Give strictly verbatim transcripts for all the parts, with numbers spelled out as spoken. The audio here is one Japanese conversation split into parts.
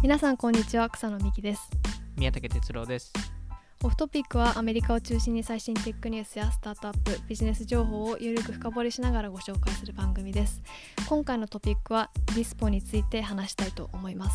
皆さんこんにちは、草野美希です。 宮武哲郎です。 オフトピックはアメリカを中心に最新テックニュースやスタートアップ、ビジネス情報をゆるく深掘りしながらご紹介する番組です。今回のトピックはディスポについて話したいと思います。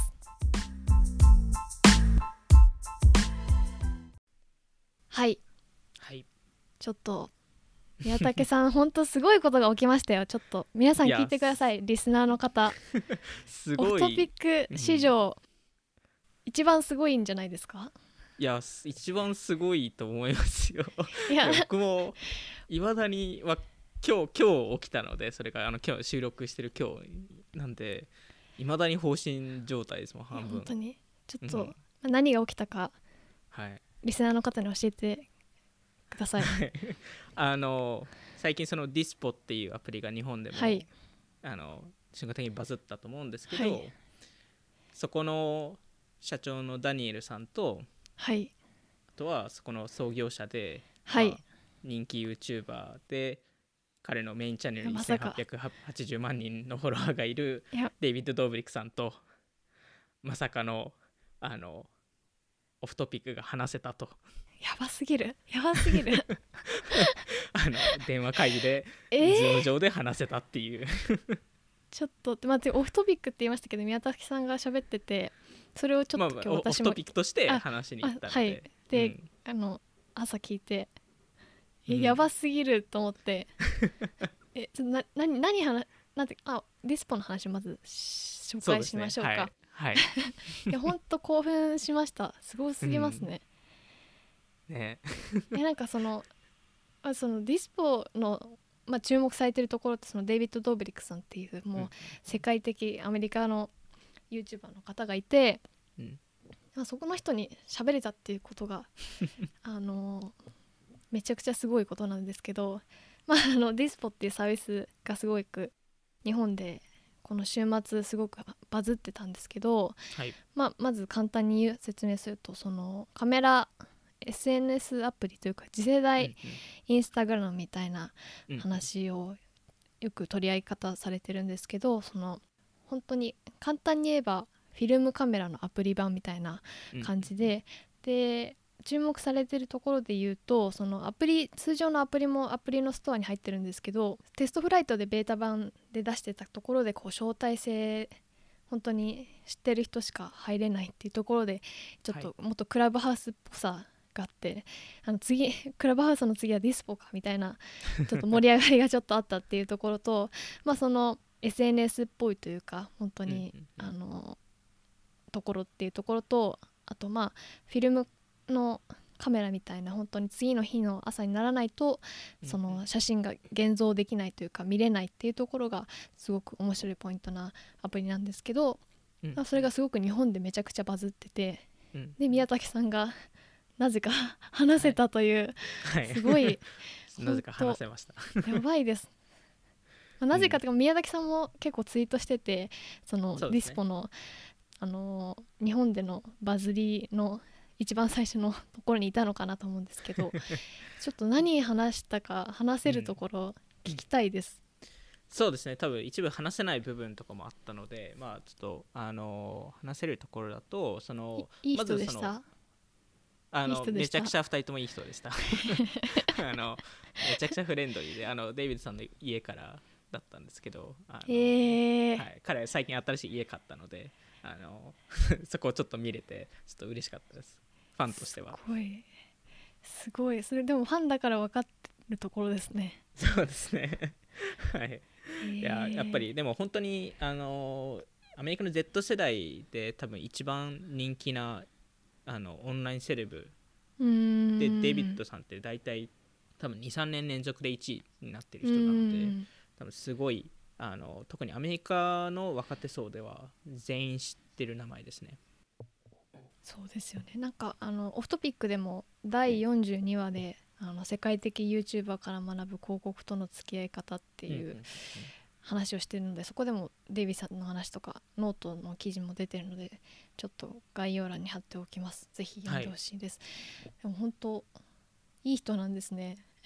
はい、 はい、 ちょっと宮武さん本当すごいことが起きましたよ。ちょっと皆さん聞いてください。リスナーの方すごいオフトピック史上、うん、一番すごいんじゃないですか。 いや一番すごいと思いますよ。いや僕もいまだには今日今日起きたので、それがあの今日収録してる今日なんで、いまだに放心状態ですもん。半分。 本当にちょっと、うん、何が起きたか、 はい、 リスナーの方に教えてください。 あの最近そのディスポっていうアプリが日本でも、はい、あの瞬間的にバズったと思うんですけど、はい、そこの社長のダニエルさんと、 はい、 あとはそこの創業者で、 はい、 まあ、人気 YouTuber で彼のメインチャンネルにせんはっぴゃくはちじゅうまんにんのフォロワーがいるデイビッド・ドーブリックさんとまさかのあのオフトピックが話せたと。 やばすぎるやばすぎるあの電話会議で、えー、ズーム上で話せたっていうちょっと待って、オフトピックって言いましたけど、宮武さんが喋ってて、それをちょっと今日私も、まあ、オフトピックとして話しに行ったので、 はい、で、うん、あの朝聞いて、うん、やばすぎると思ってえちょな何何話なんてあディスポの話まず紹介しましょうか。う、ね、はい、はい、いや本当興奮しました。すごすぎますね。 うん、ねえなんかそのあそのディスポの、まあ、注目されてるところって、そのデイビッド・ドーブリックさんっていうもう世界的アメリカの YouTuber の方がいて、うん、まあ、そこの人に喋れたっていうことがあのめちゃくちゃすごいことなんですけど、まあ、あのディスポっていうサービスがすごく日本でこの週末すごくバズってたんですけど、はい、まあ、まず簡単に説明すると、そのカメラエスエヌエス アプリというか次世代インスタグラムみたいな話をよく取り合い方されてるんですけど、その本当に簡単に言えばフィルムカメラのアプリ版みたいな感じで、で注目されてるところで言うと、そのアプリ通常のアプリもアプリのストアに入ってるんですけど、テストフライトでベータ版で出してたところでこう招待制、本当に知ってる人しか入れないっていうところで、ちょっともっとクラブハウスっぽさがあって、あの次クラブハウスの次はディスポかみたいなちょっと盛り上がりがちょっとあったっていうところとまあその エスエヌエス っぽいというか本当に、うんうんうん、あのところっていうところと、あとまあフィルムのカメラみたいな本当に次の日の朝にならないとその写真が現像できないというか見れないっていうところがすごく面白いポイントなアプリなんですけど、うんまあ、それがすごく日本でめちゃくちゃバズってて、うん、で宮武さんがなぜか話せたという、はい、すごいなぜか話せましたやばいです、まあ、なぜかというか、うん、宮崎さんも結構ツイートしてて、そのディスポの、あのー、日本でのバズりの一番最初のところにいたのかなと思うんですけどちょっと何話したか話せるところ聞きたいです、 うん、そうですね。多分一部話せない部分とかもあったので、まあちょっとあのー、話せるところだと、そのいい人でした、まあのめちゃくちゃふたりともいい人でしたあのめちゃくちゃフレンドリーで、あのデイビッドさんの家からだったんですけど、あの、えーはい、彼最近新しい家買ったので、あのそこをちょっと見れてちょっと嬉しかったです、ファンとしては。 すごいすごい、それでもファンだから分かってるところですね。 そうですねはい、えー、いややっぱりでも本当にあのアメリカの Z 世代で多分一番人気なあのオンラインセレブで、デイビッドさんって大体多分 にさんねん連続でいちいになってる人なので、多分すごいあの特にアメリカの若手層では全員知ってる名前ですね。 そうですよね。なんかあのオフトピックでもだいよんじゅうにわで、あの世界的 YouTuber から学ぶ広告との付き合い方っていう話をしてるので、そこでもデイビーさんの話とかノートの記事も出てるので、ちょっと概要欄に貼っておきます。ぜひ読んでほしいです、はい、でも本当いい人なんですね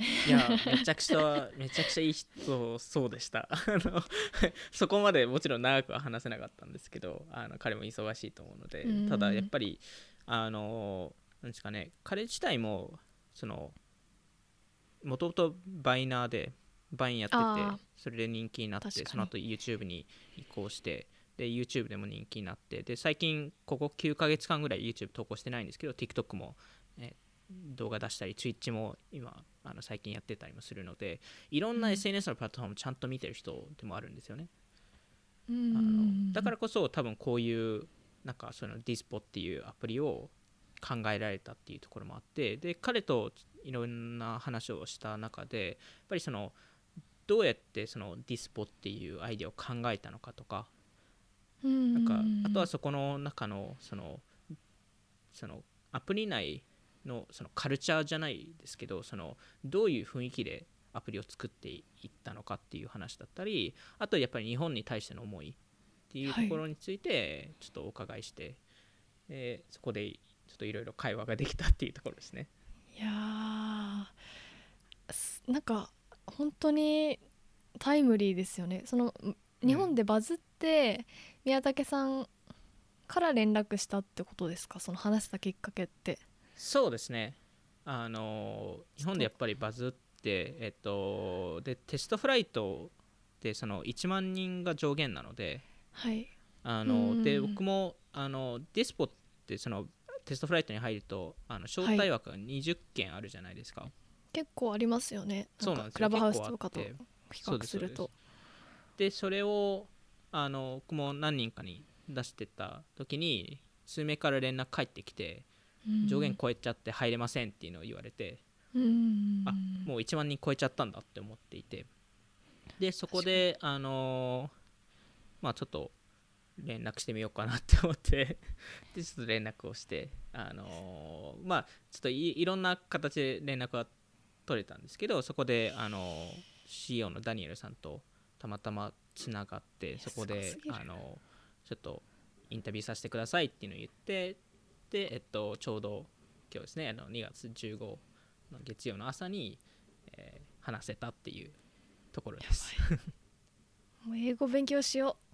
いやめちゃくちゃめちゃくちゃいい人そうでしたあのそこまでもちろん長くは話せなかったんですけど、あの彼も忙しいと思うので、ただやっぱりあのなんですかね、彼自体もそのもともとバイナーでバインやってて、それで人気になって、その後 YouTube に移行して、で YouTube でも人気になって、で最近ここきゅうかげつかんぐらい YouTube 投稿してないんですけど TikTok も、え動画出したり Twitch も今あの最近やってたりもするので、いろんな エスエヌエス のプラットフォームちゃんと見てる人でもあるんですよね。 うんあのだからこそ多分こういうなんかその Dispo っていうアプリを考えられたっていうところもあって、で彼といろんな話をした中でやっぱりそのどうやってその Dispo っていうアイデアを考えたのかとか、なんかあとはそこの中のそのそのアプリ内のそのカルチャーじゃないですけど、そのどういう雰囲気でアプリを作っていったのかっていう話だったり、あとやっぱり日本に対しての思いっていうところについてちょっとお伺いして、はい、でそこでちょっといろいろ会話ができたっていうところですね。 いやーなんか本当にタイムリーですよね。その日本でバズって、うん、宮武さんから連絡したってことですか、その話したきっかけって。 そうですね、あの日本でやっぱりバズって、えっと、でテストフライトでそのいちまんにんが上限なので、 はい、 あので僕もあのディスポってそのテストフライトに入るとあの招待枠がにじゅっけんあるじゃないですか、はい、 結構ありますよね。なんかクラブハウスとかと比較すると。 でそれをあの僕も何人かに出してた時に数名から連絡返ってきて、上限超えちゃって入れませんっていうのを言われて、 うんあもういちまんにん超えちゃったんだって思っていて、でそこであのまあちょっと連絡してみようかなって思ってでちょっと連絡をして、あのー、まあちょっと い, いろんな形で連絡は取れたんですけど、そこで、あのー、シーイーオー のダニエルさんとたまたまつながって、そこで、あのー、ちょっとインタビューさせてくださいっていうのを言って、で、えっと、ちょうど今日ですね、あのにがつじゅうごの月曜の朝に、えー、話せたっていうところですもう英語勉強しよう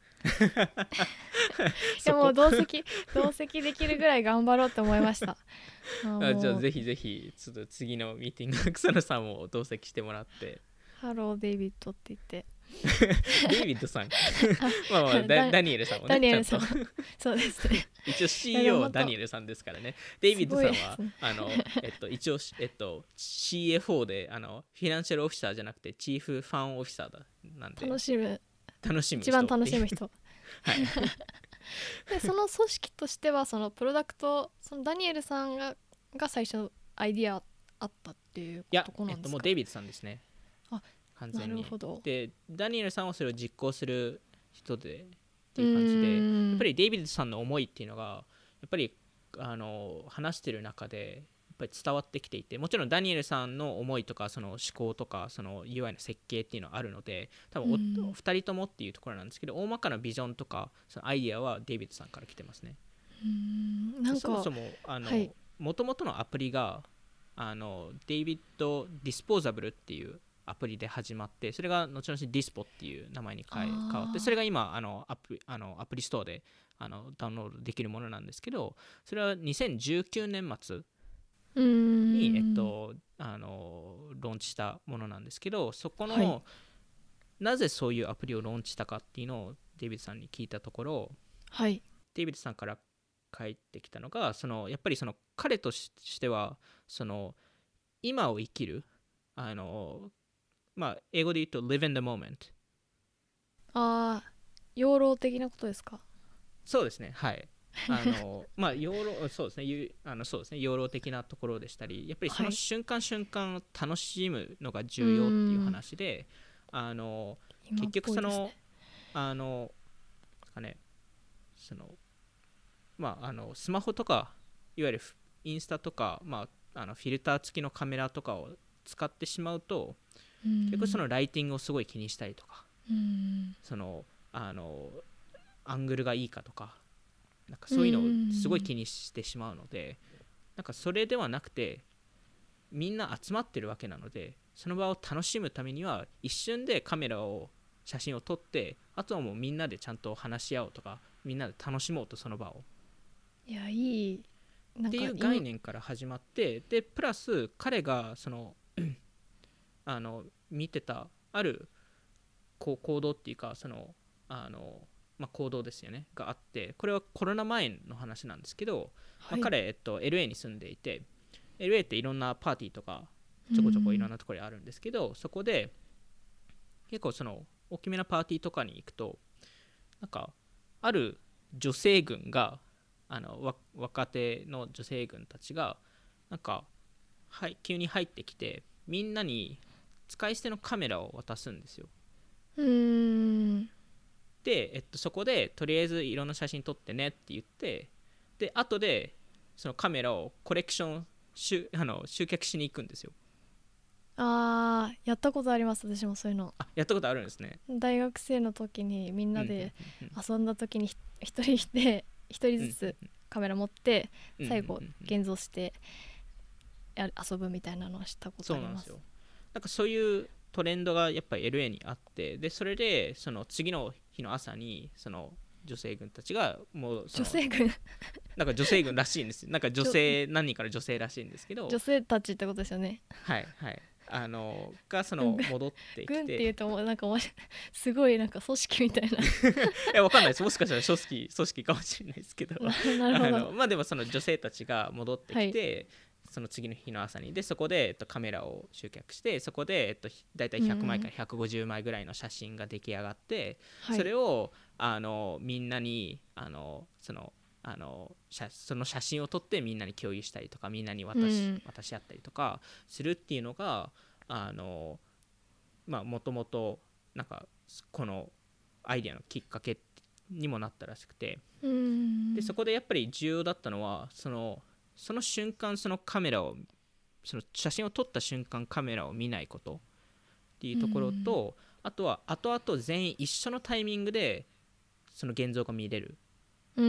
でも同席同席できるぐらい頑張ろうと思いましたあじゃあぜひぜひちょっと次のミーティング草野さんも同席してもらって、 ハローデイビッドって言ってデイビッドさんまあまあ ダ, ダニエルさんもね、 ダニエルさんそうですね一応 シーイーオー はダニエルさんですからね。デイビッドさんは、ね、あの、えっと、一応、えっと、シーエフオー であのフィナンシャルオフィサーじゃなくてチーフファンオフィサーだなんで、 楽しむ楽しむ人一番楽しむ人はいでその組織としてはそのプロダクト、そのダニエルさんがが最初アイディアあったっていうことなんですか。いや、えっと、 もうデイビッドさんですね。 あ、 完全に。 なるほど。 でダニエルさんはそれを実行する人でっていう感じで、やっぱりデイビッドさんの思いっていうのがやっぱりあの話してる中でやっぱり伝わってきていて、もちろんダニエルさんの思いとかその思考とかその ユーアイ の設計っていうのはあるので、多分おふたりともっていうところなんですけど、大まかなビジョンとかそのアイディアはデイビッドさんから来てますね。 うんなんかそもそもあの、はい、元々のアプリがあのデイビッド・ディスポーザブルっていうアプリで始まって、それが後々ディスポっていう名前に変わって、それが今あのアプあのアプリストアであのダウンロードできるものなんですけど、それはにせんじゅうきゅうねん末に、えっと、あのローンチしたものなんですけど、そこの、はい、なぜそういうアプリをローンチしたかっていうのをデイビッドさんに聞いたところ、 はい、 デイビッドさんから返ってきたのが、そのやっぱりその彼としてはその今を生きる、あのまあ英語で言うと live in the moment。 ああ、養老的なことですか。 そうですね、はい。あのまあ養老そうですね、あのそうですね、養老的なところでしたり、やっぱりその瞬間瞬間を楽しむのが重要っていう話で、あの結局そのあのかねそのまああのスマホとかいわゆるインスタとか、まあ、あのフィルター付きのカメラとかを使ってしまうと、結局そのライティングをすごい気にしたりとか、そのあのアングルがいいかとか、なんかそういうのをすごい気にしてしまうので、なんかそれではなくてみんな集まってるわけなので、 その場を楽しむためには一瞬でカメラを写真を撮って、あとはもうみんなでちゃんと話し合おうとか、みんなで楽しもうと、その場をいやいいなんかっていう概念から始まって、でプラス彼がそのあの見てたあるこう行動っていうか、そのあの、まあ、行動ですよねがあって、これはコロナ前の話なんですけど、 はい、 まあ、彼、えっと、エルエー に住んでいて、 エルエー っていろんなパーティーとかちょこちょこいろんなところにあるんですけど、そこで結構その大きめなパーティーとかに行くと、なんかある女性軍が、あの若手の女性軍たちがなんか、はい、急に入ってきて、みんなに使い捨てのカメラを渡すんですよ。 うーんで、えっと、そこでとりあえずいろんな写真撮ってねって言って、で後でそのカメラをコレクション集あの集客しに行くんですよ。 あーやったことあります。私もそういうのあ、やったことあるんですね。 大学生の時にみんうんうんなで遊んだ時にひ一人で一人うんずつカメラ持ってうん最後うんうんうん現像してや遊ぶみたいなのをしたことあります。 そうなんですよ。なんかそういうトレンドがやっぱり エルエー にあって、でそれでその次の日の朝にその女性軍たちがもうその女性軍なんか女性軍らしいんですよ。なんか女性何人から女性らしいんですけど、 女性たちってことですよね。 はいはい、あのがその戻ってき軍ってて、 いうともうなんか面白いすごいなんか組織みたいないやわかんないです、もしかしたら組織組織かもしれないですけどなるほど。 あのまあでもその女性たちが戻ってきて、その次の日の朝にでそこで、えっと、カメラを集客して、そこで、えっと、だいたいひゃくまいからひゃくごじゅうまいぐらいの写真が出来上がって、 はい、 それをあのみんなにあのそのあの写その写真を撮ってみんなに共有したりとか、みんなに渡し、 うん、 渡し合ったりとかするっていうのがあのまあもともとなんかこのアイデアのきっかけにもなったらしくて、 うん、 でそこでやっぱり重要だったのはそのその瞬間そのカメラをその写真を撮った瞬間カメラを見ないことっていうところと、あとは後々全員一緒のタイミングでその現像が見れる、 うん、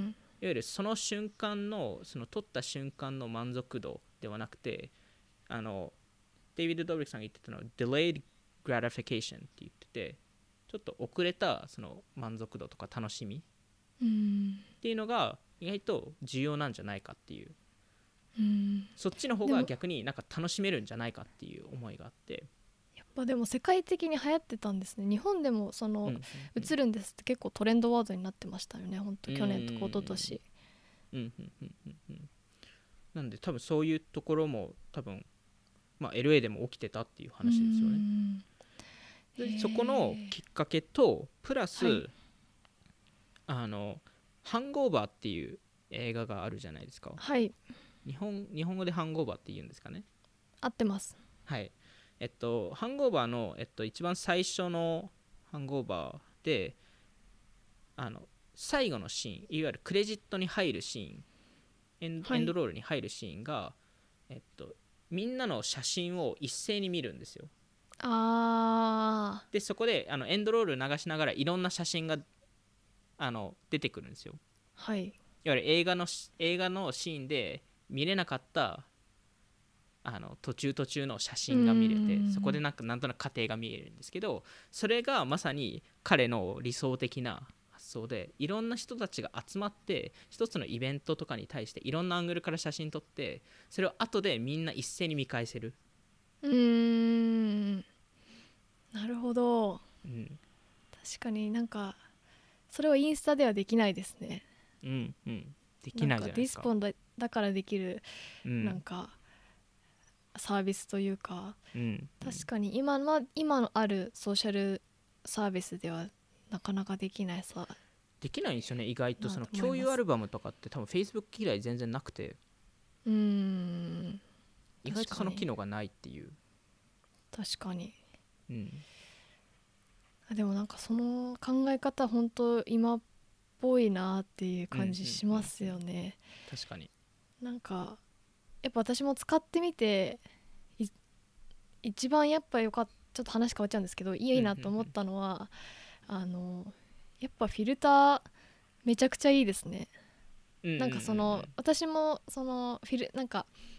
いわゆるその瞬間のその撮った瞬間の満足度ではなくて、あのデイビッド・ドブリックさんが言ってたのは delayed gratification って言ってて、ちょっと遅れたその満足度とか楽しみうんっていうのが意外と重要なんじゃないかっていう、 うん、 そっちの方が逆になんか楽しめるんじゃないかっていう思いがあって、 やっぱでも世界的に流行ってたんですね。日本でもその、うんうん、映るんですって結構トレンドワードになってましたよね。本当去年とか一昨年。 うんうんうんうんうん。なんで多分そういうところも多分まあ エルエー でも起きてたっていう話ですよね。でそこのきっかけとプラス、はい、あのハングオーバーっていう映画があるじゃないですか。 はい。 日本日本語でハングオーバーって言うんですかね。 合ってます。 はい。えっとハングオーバーの、えっと、一番最初のハングオーバーであの最後のシーン、いわゆるクレジットに入るシーン、エン、はい、エンドロールに入るシーンが、えっと、みんなの写真を一斉に見るんですよ。 あでそこであのエンドロール流しながらいろんな写真があの出てくるんですよ。 はい。 いわゆる映画の映画のシーンで見れなかったあの途中途中の写真が見れて、そこでなんかなんとなく過程が見えるんですけど、それがまさに彼の理想的な発想で、いろんな人たちが集まって一つのイベントとかに対していろんなアングルから写真撮って、それを後でみんな一斉に見返せる。 うーん、なるほど、 うん、 確かになんかそれはインスタではできないですね。 うんうん、できないじゃないですか。 なんかディスポンだ、だからできる、 うん、 なんかサービスというか、 うん、 確かに今の今のあるソーシャルサービスではなかなかできないさできないんですよね。意外とその共有アルバムとかって多分 Facebook 以来全然なくて、 うーん、 意外とその機能がないっていう。 確かに、 うん、 でもなんかその考え方本当今っぽいなっていう感じしますよね、うんうんうんうん、 確かになんかやっぱ私も使ってみて一番やっぱよかった、ちょっと話変わっちゃうんですけどいいなと思ったのは、うんうんうん、あのやっぱフィルターめちゃくちゃいいですね、うんうんうんうん、なんかその私もそのフィルなんか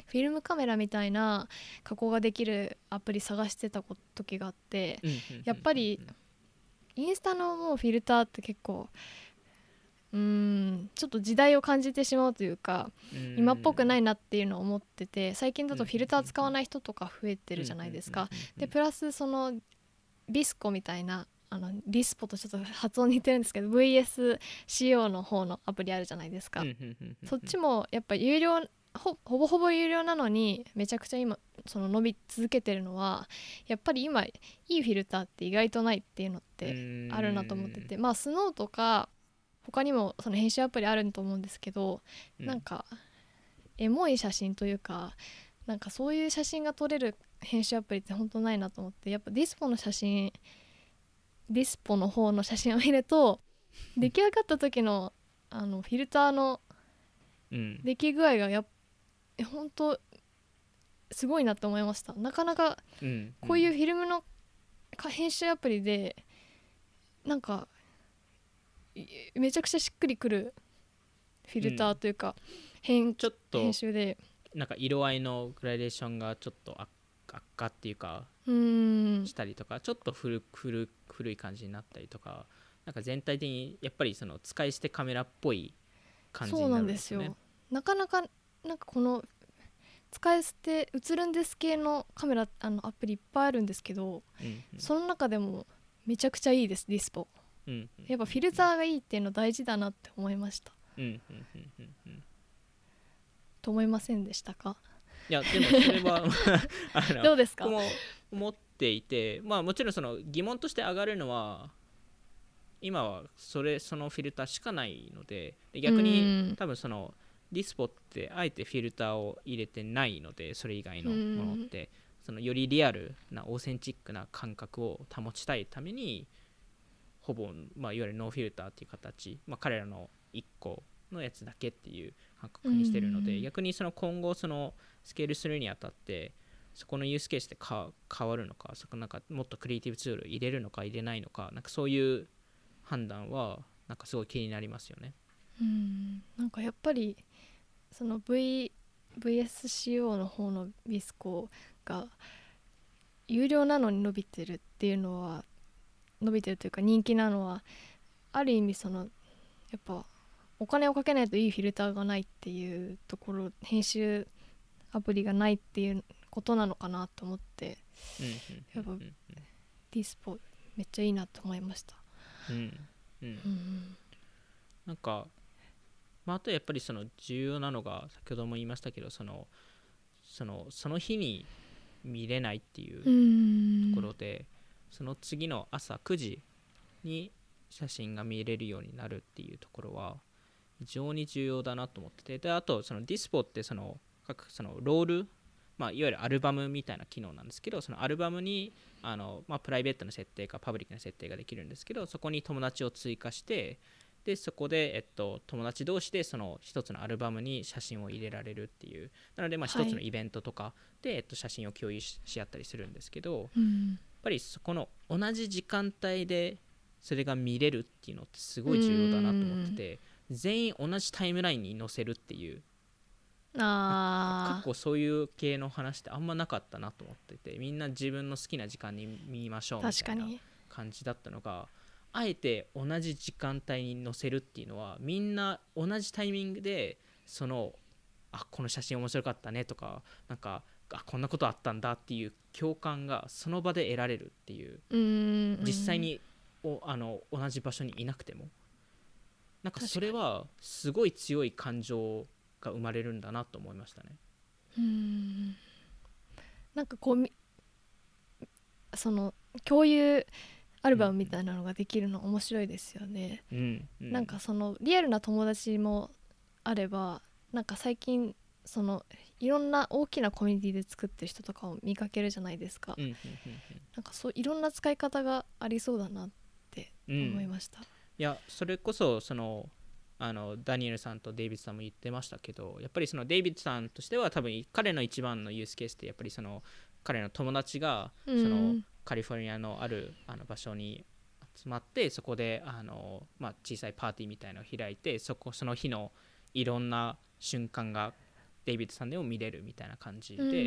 フィルムカメラみたいな加工ができるアプリ探してた時があって、やっぱりインスタのもうフィルターって結構うーんちょっと時代を感じてしまうというか、今っぽくないなっていうのを思ってて、最近だとフィルター使わない人とか増えてるじゃないですか。でプラスそのビスコみたいな、あのリスポとちょっと発音似てるんですけど ブイエスシーオー の方のアプリあるじゃないですか。そっちもやっぱ有料 ほ, ほぼほぼ有料なのにめちゃくちゃ今その伸び続けてるのは、やっぱり今いいフィルターって意外とないっていうのってあるなと思ってて、まあスノーとか他にもその編集アプリあると思うんですけど、うん、なんかエモい写真というか、なんかそういう写真が撮れる編集アプリって本当ないなと思って、やっぱディスポの写真ディスポの方の写真を見ると出来上がった時のあのフィルターの出来具合がやっぱ本当すごいなと思いました。なかなかこういうフィルムの編集アプリでなんかめちゃくちゃしっくりくるフィルターというか、うん、編, ちょっと編集でなんか色合いのグラデーションがちょっと悪化っていうかうんしたりとか、ちょっと 古, 古, 古い感じになったりとか、なんか全体的にやっぱりその使い捨てカメラっぽい感じになるんですよね。 そうなんですよ。なかなかなんかこの使い捨て映るんです系のカメラあのアプリいっぱいあるんですけど、うんうん、その中でもめちゃくちゃいいですディスポ。うんうんうん、やっぱフィルターがいいっていうの大事だなって思いました。うんうんうんうんうん、と思いませんでしたか？ いやでもそれはあのどうですか？ 僕も思っていて、まあもちろんその疑問として上がるのは今はそれそのフィルターしかないので、で逆に多分そのディスポってあえてフィルターを入れてないので、それ以外のものってそのよりリアルなオーセンチックな感覚を保ちたいためにほぼ、まあ、いわゆるノーフィルターっていう形、まあ、彼らのいっこのやつだけっていう感覚にしてるので、逆にその今後そのスケールするにあたってそこのユースケースでか変わるのか、そこなんかもっとクリエイティブツール入れるのか入れないのか、なんかそういう判断はなんかすごい気になりますよね。 うん、なんかやっぱりその v ブイエスシーオー の方のビスコが有料なのに伸びてるっていうのは伸びてるというか人気なのは、ある意味そのやっぱお金をかけないといいフィルターがないっていうところ、編集アプリがないっていうことなのかなと思って、やっぱディスポめっちゃいいなと思いました。うんうんうん、 なんか、まあ、あとやっぱりその重要なのが先ほども言いましたけど、そのそのその日に見れないっていうところで、その次の朝くじに写真が見れるようになるっていうところは非常に重要だなと思ってて、であとそのディスポってその各そのロール、まあ、いわゆるアルバムみたいな機能なんですけど、そのアルバムにあの、まあ、プライベートな設定かパブリックな設定ができるんですけど、そこに友達を追加して、でそこで、えっと、友達同士でその一つのアルバムに写真を入れられるっていう、なのでまあ一つのイベントとかで、はい、えっと、写真を共有 し, し合ったりするんですけど、うん、やっぱりそこの同じ時間帯でそれが見れるっていうのってすごい重要だなと思ってて、全員同じタイムラインに載せるっていう、 あ過去そういう系の話ってあんまなかったなと思ってて、みんな自分の好きな時間に見ましょうみたいな感じだったのが、あえて同じ時間帯に載せるっていうのは、みんな同じタイミングでそのあこの写真面白かったねとか、なんかあこんなことあったんだっていう共感がその場で得られるっていう、 うん、 実際におあの同じ場所にいなくても、なんかそれはすごい強い感情が生まれるんだなと思いましたね。 うーん、なんかこうその共有アルバムみたいなのができるの面白いですよね、うんうん、なんかそのリアルな友達もあれば、なんか最近そのいろんな大きなコミュニティで作ってる人とかを見かけるじゃないですか、うんうんうんうん、なんかそういろんな使い方がありそうだなって思いました、うん、いやそれこそそのあのダニエルさんとデイビッドさんも言ってましたけど、やっぱりそのデイビッドさんとしては多分彼の一番のユースケースってやっぱりその彼の友達がそのカリフォルニアのあるあの場所に集まって、そこであの、まあ、小さいパーティーみたいなのを開いて、そこその日のいろんな瞬間がデイビッドさんでも見れるみたいな感じで、 うん、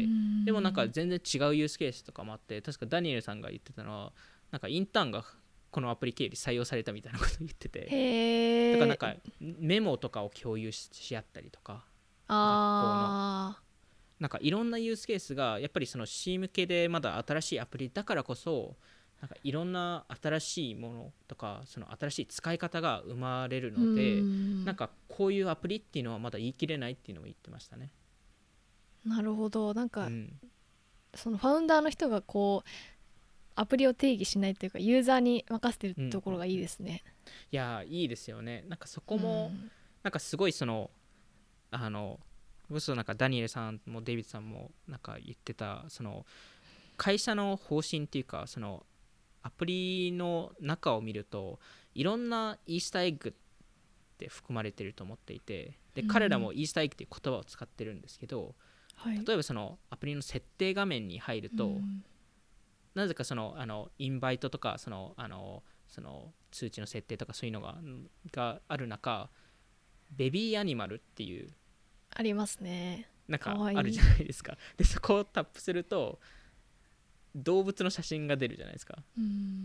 でもなんか全然違うユースケースとかもあって、確かダニエルさんが言ってたのはなんかインターンがこのアプリ経由で採用されたみたいなことを言ってて、 へー、 だからなんかメモとかを共有 し, し合ったりとか、 あ学校のなんかいろんなユースケースがやっぱりその C 向けでまだ新しいアプリだからこそ、なんかいろんな新しいものとかその新しい使い方が生まれるー、うので、 ん、 なんかこういうアプリっていうのはまだ言い切れないっていうのを言ってましたね。 なるほど。なんか、 うん、 そのファウンダーの人がこうアプリを定義しないというかユーザーに任せてるうんうんところがいいですね。 いやいいですよね。なんかそこうもん、 なんかすごいそのあのそなんかダニエルさんもデイビッドさんもなんか言ってたその会社の方針っていうか、そのアプリの中を見るといろんなイースターエッグって含まれてると思っていて、で、 うん、 彼らもイースターエッグっていう言葉を使ってるんですけど、 はい、 例えばそのアプリの設定画面に入ると、 うん、 なぜかそのあのインバイトとかそのあのその通知の設定とかそういうのががある中、ベビーアニマルっていうありますね。 なんかかわいい。 あるじゃないですか。でそこをタップすると動物の写真が出るじゃないですか。 うん、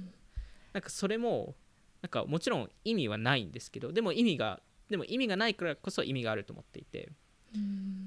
なんかそれもなんかもちろん意味はないんですけど、でも意味がでも意味がないからこそ意味があると思っていて、 うん、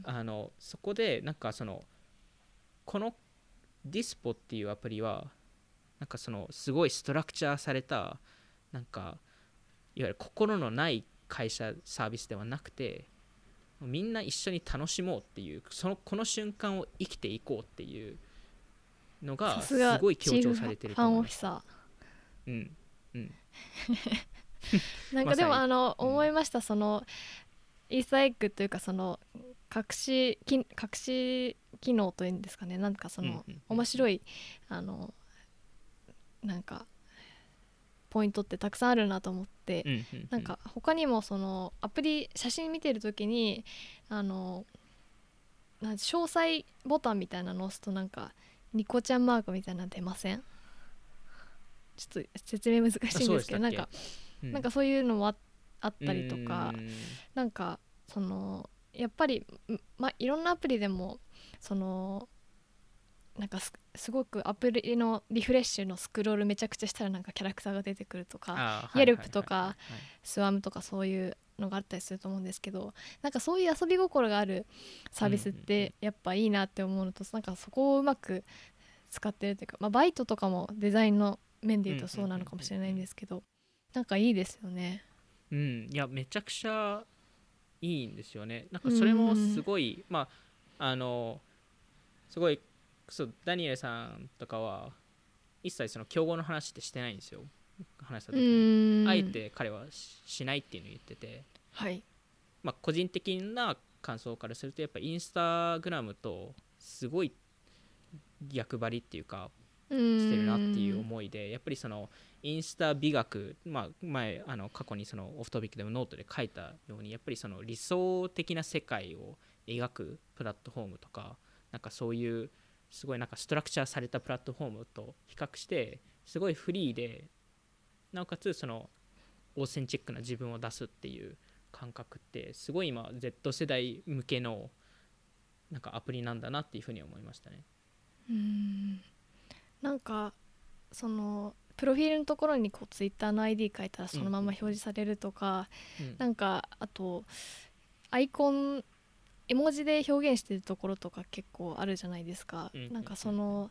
あのそこでなんかそのこのディスポっていうアプリはなんかそのすごいストラクチャーされたなんかいわゆる心のない会社サービスではなくて、みんな一緒に楽しもうっていう、そのこの瞬間を生きていこうっていうのがすさすがごい強調チーフフされてるとァン思いました。 オフィサうんうんー。なんかでもあの、うん、思いました。そのイースターエッグというかその隠しき隠し機能というんですかね、なんかその、うんうんうん、面白いあのなんかポイントってたくさんあるなと思って、うんうんうん、なんか他にもそのアプリ写真見てるときにあのなん詳細ボタンみたいなの押すとなんかニコちゃんマークみたいなの出ません？ちょっと説明難しいんですけど、なんか、うん、なんかそういうのも あ, あったりとか、なんかそのやっぱり、ま、いろんなアプリでもそのなんか す, すごくアプリのリフレッシュのスクロールめちゃくちゃしたらなんかキャラクターが出てくるとか、イェルプとかスワムとかそういうのがあったりすると思うんですけど、なんかそういう遊び心があるサービスってやっぱいいなって思うのと、なんかそこをうまく使ってるというか、まあ、バイトとかもデザインの面で言うとそうなのかもしれないんですけど、なんかいいですよね。 うん、いやめちゃくちゃいいんですよね。なんかそれもすごい、まああのすごいそうダニエルさんとかは一切その競合の話ってしてないんですよ。話した時にあえて彼は し, しないっていうのを言ってて、 はい、 まあ、個人的な感想からするとやっぱインスタグラムとすごい逆張りっていうかしてるなっていう思いで、やっぱりそのインスタ美学、まあ、前あの過去にそのオフトピックでもノートで書いたように、やっぱりその理想的な世界を描くプラットフォームとか、なんかそういうすごいなんかストラクチャーされたプラットフォームと比較してすごいフリーで、なおかつそのオーセンチックな自分を出すっていう感覚ってすごい今 Z 世代向けのなんかアプリなんだなっていうふうに思いましたね。 うーん、なんかそのプロフィールのところにこうツイッターの アイディー 書いたらそのまま表示されるとか、うんうん、なんかあとアイコン絵文字で表現してるところとか結構あるじゃないですか、うんうんうん、なんかその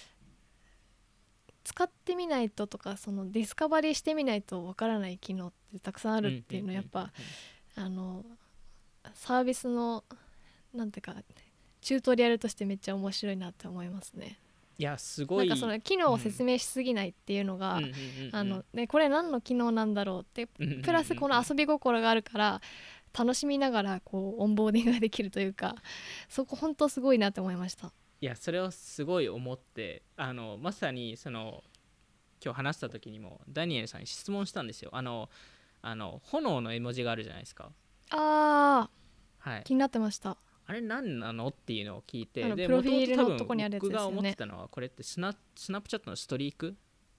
使ってみないととかそのディスカバリーしてみないとわからない機能ってたくさんあるっていうのはやっぱあのサービスのなんていうかチュートリアルとしてめっちゃ面白いなって思いますね。 いやすごいなんかその機能を説明しすぎないっていうのが、あのね、これ何の機能なんだろうって、プラスこの遊び心があるから楽しみながらこうオンボーディングができるというか、そこ本当すごいなって思いました。 いやそれをすごい思って、あのまさにその今日話した時にもダニエルさんに質問したんですよ。あのあの炎の絵文字があるじゃないですか。 あー、 はい、 気になってました。 あれ何なのっていうのを聞いて、 でプロフィールのとこにあるやつですよね。 僕が思ってたのはこれってスナ、スナップチャットのストリーク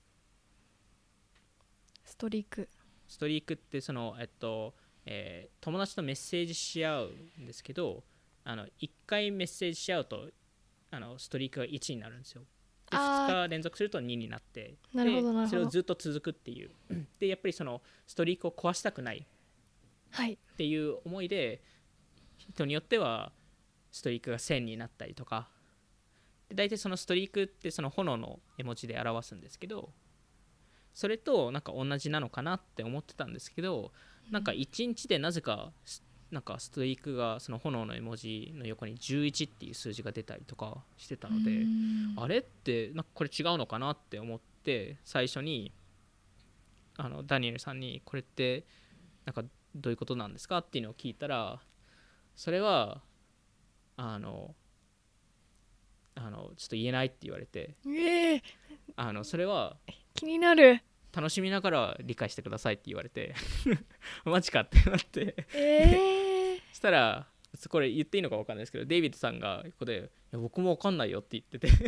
ストリークストリークってその、えっとえー、友達とメッセージし合うんですけど、 あのいっかいメッセージし合うとあのストリークがいちになるんですよ。であーふつか連続するとにになって、 なるほどなるほどでそれをずっと続くっていうでやっぱりそのストリークを壊したくないはいっていう思いで人によってはストリークがせんになったりとかで、大体そのストリークってその炎の絵文字で表すんですけど、それとなんか同じなのかなって思ってたんですけど、なんかいちにちでなぜかなんかストリークがその炎の絵文字の横にじゅういちっていう数字が出たりとかしてたので、あれってなんかこれ違うのかなって思って、最初にあのダニエルさんにこれってなんかどういうことなんですかっていうのを聞いたら、それはあのあのちょっと言えないって言われて、 えー、 あのそれは気になる。 楽しみながら理解してくださいって言われてマジかってなってえー、 そしたらこれ言っていいのか分かんないですけど、デイビッドさんがここでいや僕も分かんないよって言ってて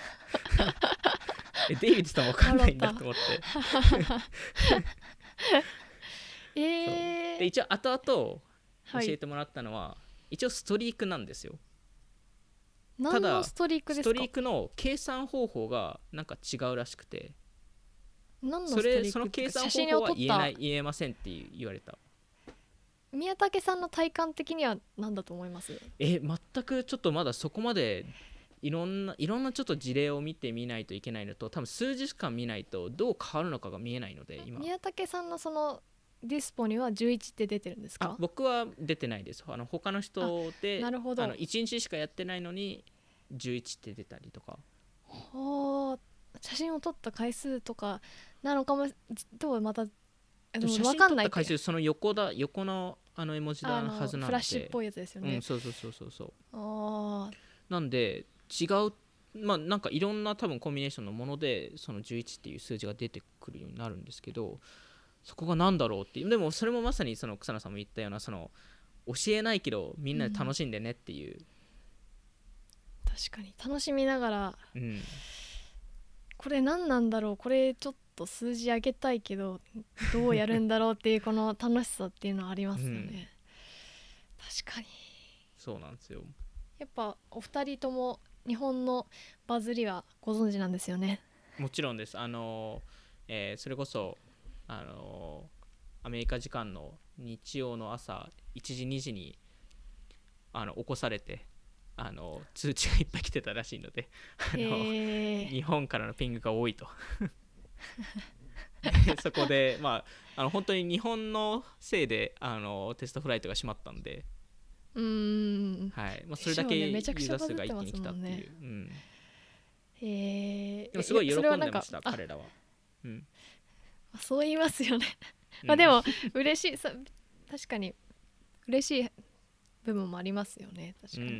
えデイビッドさん分かんないんだと思ってえー、 で一応後々教はいえてもらったのは、一応ストリークなんですよ。 何のストリークですか？ ストリークの計算方法がなんか違うらしくて、 何のスそトリークれその計算写真方法はを撮った言えない言えませんって言われた。 宮武さんの体感的には何だと思います？ え全くちょっとまだそこまでいろんないろんなちょっと事例を見てみないといけないのと、多分数時間見ないとどう変わるのかが見えないので今。 宮武さんのそのディスポにはじゅういちって出てるんですか？ あ僕は出てないです。あの他の人でなるほど。 あのいちにちしかやってないのにじゅういちって出たりとか。 はあ、写真を撮った回数とかなのかもとはまたでも写真撮った回数その横だ横のあの絵文字だはずなので、 フラッシュっぽいやつですよね。 うん、そうそうそうそうそう。 あなんで違う、まあなんかいろんな多分コンビネーションのものでそのじゅういちっていう数字が出てくるようになるんですけど、そこが何だろうっていう。でもそれもまさにその草野さんも言ったような、その教えないけどみんなで楽しんでねっていう、 うん、確かに楽しみながら、 うん、 これ何なんだろう、これちょっと数字上げたいけどどうやるんだろうっていうこの楽しさっていうのはありますよね、うん、確かにそうなんですよ。 やっぱお二人とも日本のバズりはご存知なんですよね？ もちろんです。あの、えー、それこそあのアメリカ時間の日曜の朝いちじにじにあの起こされて、あの通知がいっぱい来てたらしいので、あの日本からのピングが多いとそこで、まあ、あの本当に日本のせいであのテストフライトが閉まったんで、 うーん、 はい、まあ、それだけユーザー数が一気に来たっていう、うん、 へでもすごい喜んでました彼らは、うん、 そう言いますよねまあでも嬉しいさ、確かに嬉しい部分もありますよね、確かに、うんうん、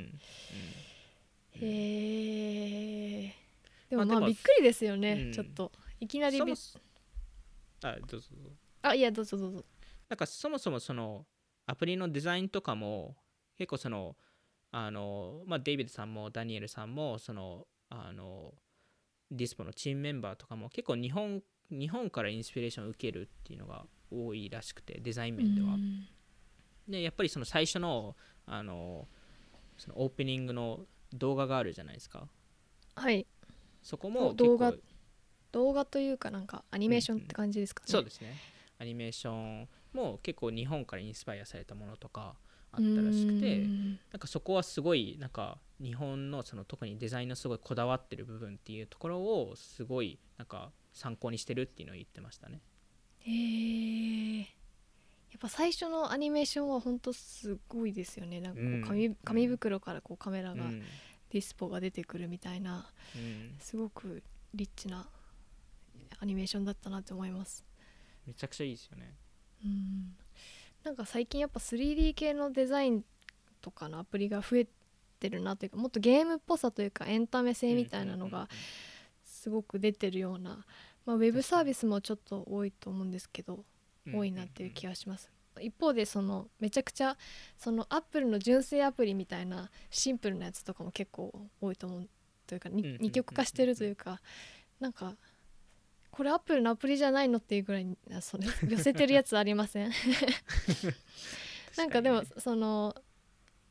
へえ。でもまあびっくりですよね、うん、ちょっといきなりびあどうぞどうぞあいやどうぞどうぞ。 なんかそもそもそのアプリのデザインとかも結構そのあの、まあ、デイビッドさんもダニエルさんもそのあのディスポのチームメンバーとかも結構日本日本からインスピレーションを受けるっていうのが多いらしくて、デザイン面では。でやっぱりその最初のあのそのオープニングの動画があるじゃないですか。 はい。 そこも動画動画というかなんかアニメーションって感じですかね。 うんうん、そうですね。アニメーションも結構日本からインスパイアされたものとかあったらしくて、なんかそこはすごいなんか日本のその特にデザインのすごいこだわってる部分っていうところをすごいなんか参考にしてるっていうのを言ってましたね。 へー、やっぱ最初のアニメーションは本当すごいですよね。なんかこう 紙,、うん、紙袋からこうカメラが、うん、ディスポが出てくるみたいな、うん、すごくリッチなアニメーションだったなって思います。 めちゃくちゃいいですよね。 うん、なんか最近やっぱ スリーディー 系のデザインとかのアプリが増えてるなというか、もっとゲームっぽさというかエンタメ性みたいなのがすごく出てるような、まあ、ウェブサービスもちょっと多いと思うんですけど、多いなっていう気がします。一方でそのめちゃくちゃそのアップルの純正アプリみたいなシンプルなやつとかも結構多いと思うというか、二極化してるというか、なんかこれアップルのアプリじゃないのっていうぐらいにそれ寄せてるやつありませんなんかでもその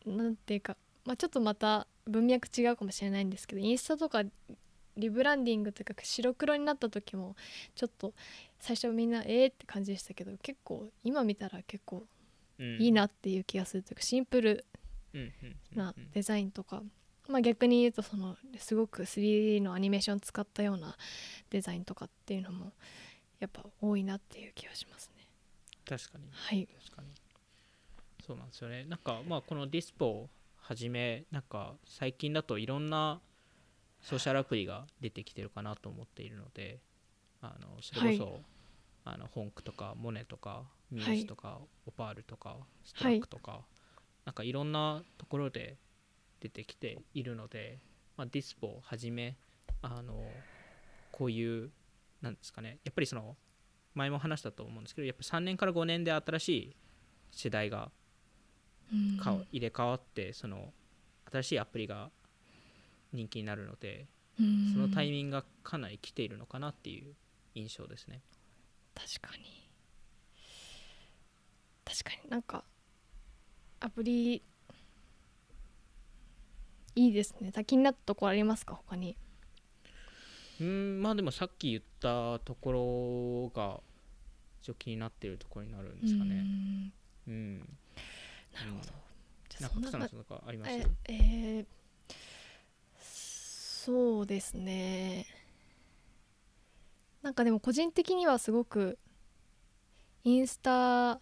なんていうか、まあ、ちょっとまた文脈違うかもしれないんですけど、インスタとかリブランディングというか白黒になった時もちょっと最初みんなえーって感じでしたけど、結構今見たら結構いいなっていう気がするというか、シンプルなデザインとか、まあ、逆に言うとそのすごく スリーディー のアニメーション使ったようなデザインとかっていうのもやっぱ多いなっていう気がしますね。 確かに、 はい、 確かにそうなんですよね。なんかまあこのディスポをはじめ、なんか最近だといろんなソーシャルアプリが出てきてるかなと思っているので、あのそれこそ、はい、あのホンクとかモネとかミューズとか、はい、オパールとかストラックとか、はい、なんかいろんなところで出てきているので、まあ、ディスポをはじめあのこういうなんですかね、やっぱりその前も話したと思うんですけど、やっぱさんねんからごねんで新しい世代がか入れ替わって、その新しいアプリが人気になるので、そのタイミングがかなり来ているのかなっていう印象ですね。 確かに確かに、なんかアプリいいですね。気になったところありますか、他に？ うーんまあでもさっき言ったところが一応気になっているところになるんですかね。うん、うん、 なるほど。 なんか草野さんとかあります？ ええー、そうですね。なんかでも個人的にはすごくインスタ、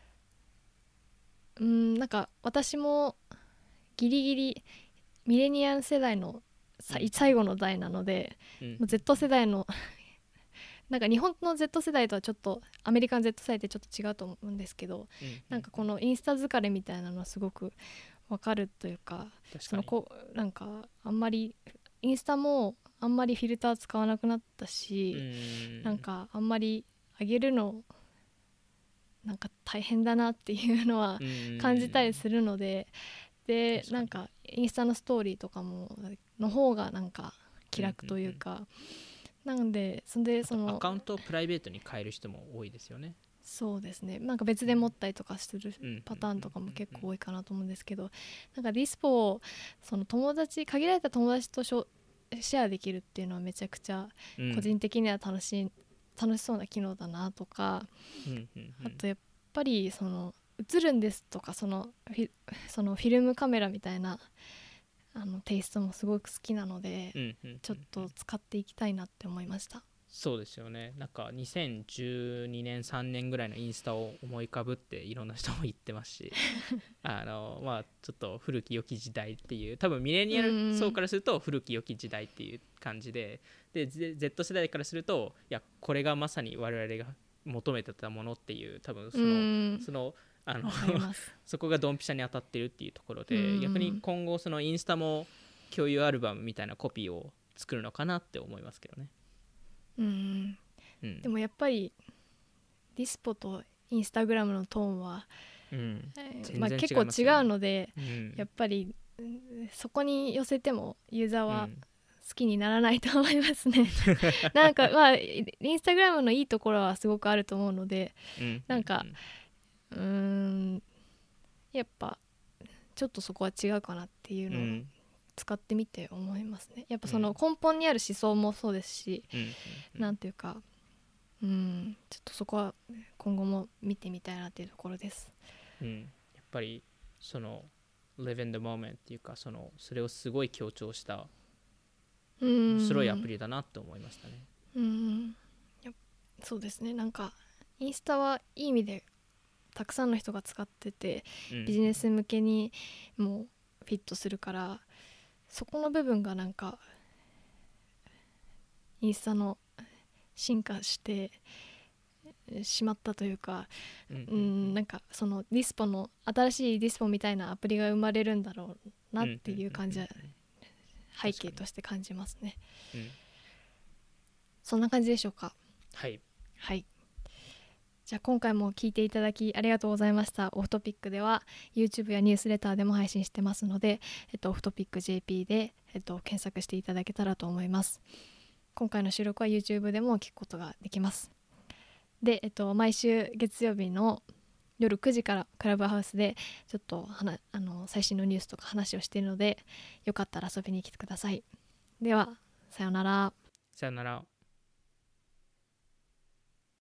うんなんか私もギリギリミレニアル世代のさ、うん、最後の代なので、うん、Z 世代のなんか日本の Z 世代とはちょっとアメリカの Z 世代ってちょっと違うと思うんですけど、うん、なんかこのインスタ疲れみたいなのはすごくわかるというか、そのこなんかあんまりインスタもあんまりフィルター使わなくなったし、うん、なんかあんまり上げるのなんか大変だなっていうのは感じたりするので、でなんかインスタのストーリーとかもの方がなんか気楽というか、うんうんうん、なのでそんでそのアカウントをプライベートに変える人も多いですよね。 そうですね、なんか別で持ったりとかするパターンとかも結構多いかなと思うんですけど、なんかディスポをその友達限られた友達とシェアできるっていうのはめちゃくちゃ個人的には楽しい、うん、楽しそうな機能だなとか、うんうんうん、あとやっぱりその映るんですとか、そのフィ、そのフィルムカメラみたいなあのテイストもすごく好きなので、うんうんうんうん、ちょっと使っていきたいなって思いました。 そうですよね。なんかにせんじゅうにねんさんねんぐらいのインスタを思い浮かぶっていろんな人も言ってますしあのまあちょっと古き良き時代っていう、多分ミレニアル層からすると古き良き時代っていう感じで、で Z 世代からするといやこれがまさに我々が求めてたものっていう、多分そのそのあのそこがドンピシャに当たってるっていうところで、逆に今後そのインスタも共有アルバムみたいなコピーを作るのかなって思いますけどね。 うんうん、でもやっぱりディスポとインスタグラムのトーンは、うんえーまあ、結構違うので、うん、やっぱりそこに寄せてもユーザーは好きにならないと思いますね、うん、なんかまあインスタグラムのいいところはすごくあると思うので、うん、なんかうーんやっぱちょっとそこは違うかなっていうのを、うん使ってみて思いますね。やっぱその根本にある思想もそうですし、うん、なんていうか、うん、ちょっとそこは今後も見てみたいなっていうところです。 うん、やっぱりその live in the moment っていうか、そのそれをすごい強調した面白いアプリだなって思いましたね。 うん、やそうですね。なんかインスタはいい意味でたくさんの人が使ってて、うん、ビジネス向けにもフィットするから。そこの部分がなんかインスタの進化してしまったというか、うんうんうん、うんなんかそのディスポの新しいディスポみたいなアプリが生まれるんだろうなっていう感じは背景として感じますね、うん、そんな感じでしょうか。 はいはいじゃあ今回も聞いていただきありがとうございました。オフトピックでは YouTube やニュースレターでも配信してますので、えっと、オフトピック ジェーピー で、えっと、検索していただけたらと思います。今回の収録は YouTube でも聞くことができます。で、えっと、毎週月曜日の夜くじからクラブハウスでちょっとはなあの最新のニュースとか話をしているので、よかったら遊びに来てください。ではさようなら。 さよなら。